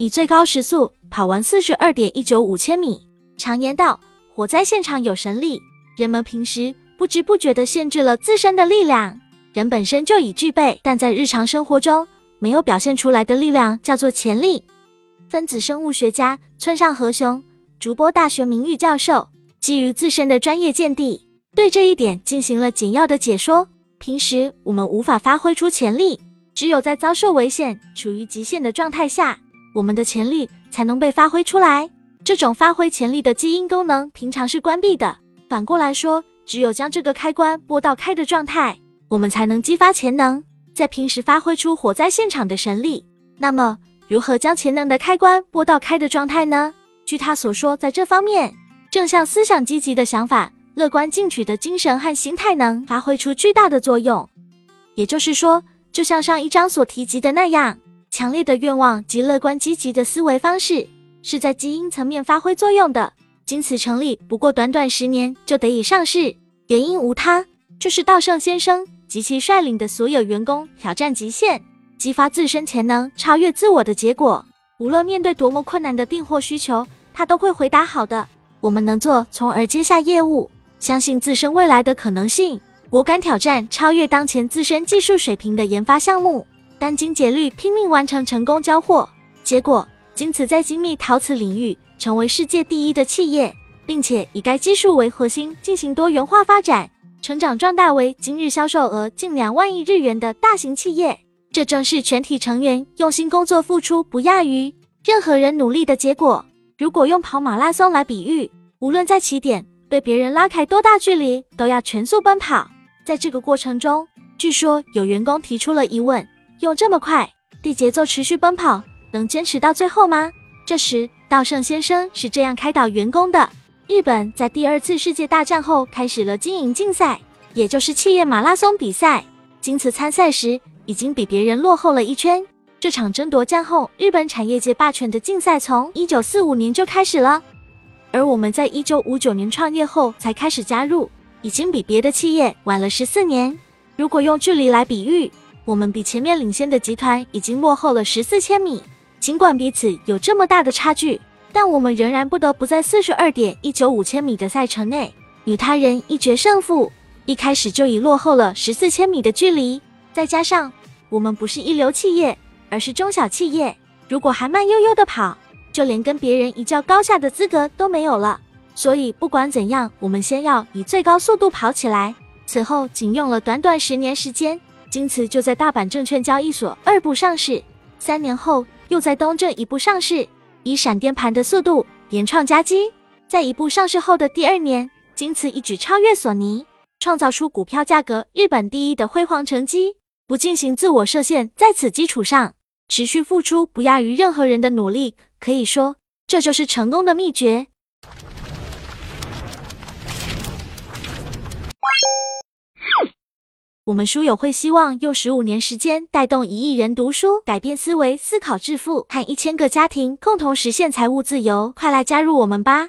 以最高时速跑完42.195千米。常言道，火灾现场有神力，人们平时不知不觉地限制了自身的力量。人本身就已具备，但在日常生活中没有表现出来的力量叫做潜力。分子生物学家村上和雄，筑波大学名誉教授，基于自身的专业见地，对这一点进行了简要的解说。平时我们无法发挥出潜力，只有在遭受危险、处于极限的状态下，我们的潜力才能被发挥出来。这种发挥潜力的基因功能平常是关闭的，反过来说，只有将这个开关拨到开的状态，我们才能激发潜能，在平时发挥出火灾现场的神力。那么，如何将潜能的开关拨到开的状态呢？据他所说，在这方面，正向思想积极的想法、乐观进取的精神和心态能发挥出巨大的作用。也就是说，就像上一章所提及的那样，强烈的愿望及乐观积极的思维方式是在基因层面发挥作用的。经此成立不过短短10年就得以上市，原因无他，就是稻盛先生及其率领的所有员工挑战极限，激发自身潜能，超越自我的结果。无论面对多么困难的订货需求，他都会回答好的。我们能做，从而接下业务，相信自身未来的可能性，果敢挑战超越当前自身技术水平的研发项目，殚精竭虑拼命完成成功交货，结果经此在精密陶瓷领域成为世界第一的企业，并且以该技术为核心进行多元化发展，成长壮大为今日销售额近2万亿日元的大型企业。这正是全体成员用心工作付出不亚于任何人努力的结果。如果用跑马拉松来比喻，无论在起点被别人拉开多大距离，都要全速奔跑。在这个过程中，据说有员工提出了疑问，用这么快低节奏持续奔跑，能坚持到最后吗？这时稻盛先生是这样开导员工的：日本在第2次世界大战后开始了经营竞赛，也就是企业马拉松比赛。经此参赛时已经比别人落后了1圈。这场争夺战后日本产业界霸权的竞赛从1945年就开始了，而我们在1959年创业后才开始加入，已经比别的企业晚了14年。如果用距离来比喻，我们比前面领先的集团已经落后了14千米。尽管彼此有这么大的差距，但我们仍然不得不在42.195千米的赛程内与他人一决胜负，一开始就已落后了14千米的距离。再加上我们不是一流企业，而是中小企业，如果还慢悠悠的跑，就连跟别人一较高下的资格都没有了。所以不管怎样，我们先要以最高速度跑起来。此后仅用了短短10年时间，经此就在大阪证券交易所2部上市，3年后又在东证1部上市，以闪电盘的速度连创佳绩。在1部上市后的第2年，经此一举超越索尼，创造出股票价格日本第1的辉煌成绩。不进行自我设限，在此基础上持续付出不亚于任何人的努力，可以说这就是成功的秘诀。我们书友会希望用15年时间带动1亿人读书，改变思维，思考致富，和1000个家庭共同实现财务自由。快来加入我们吧！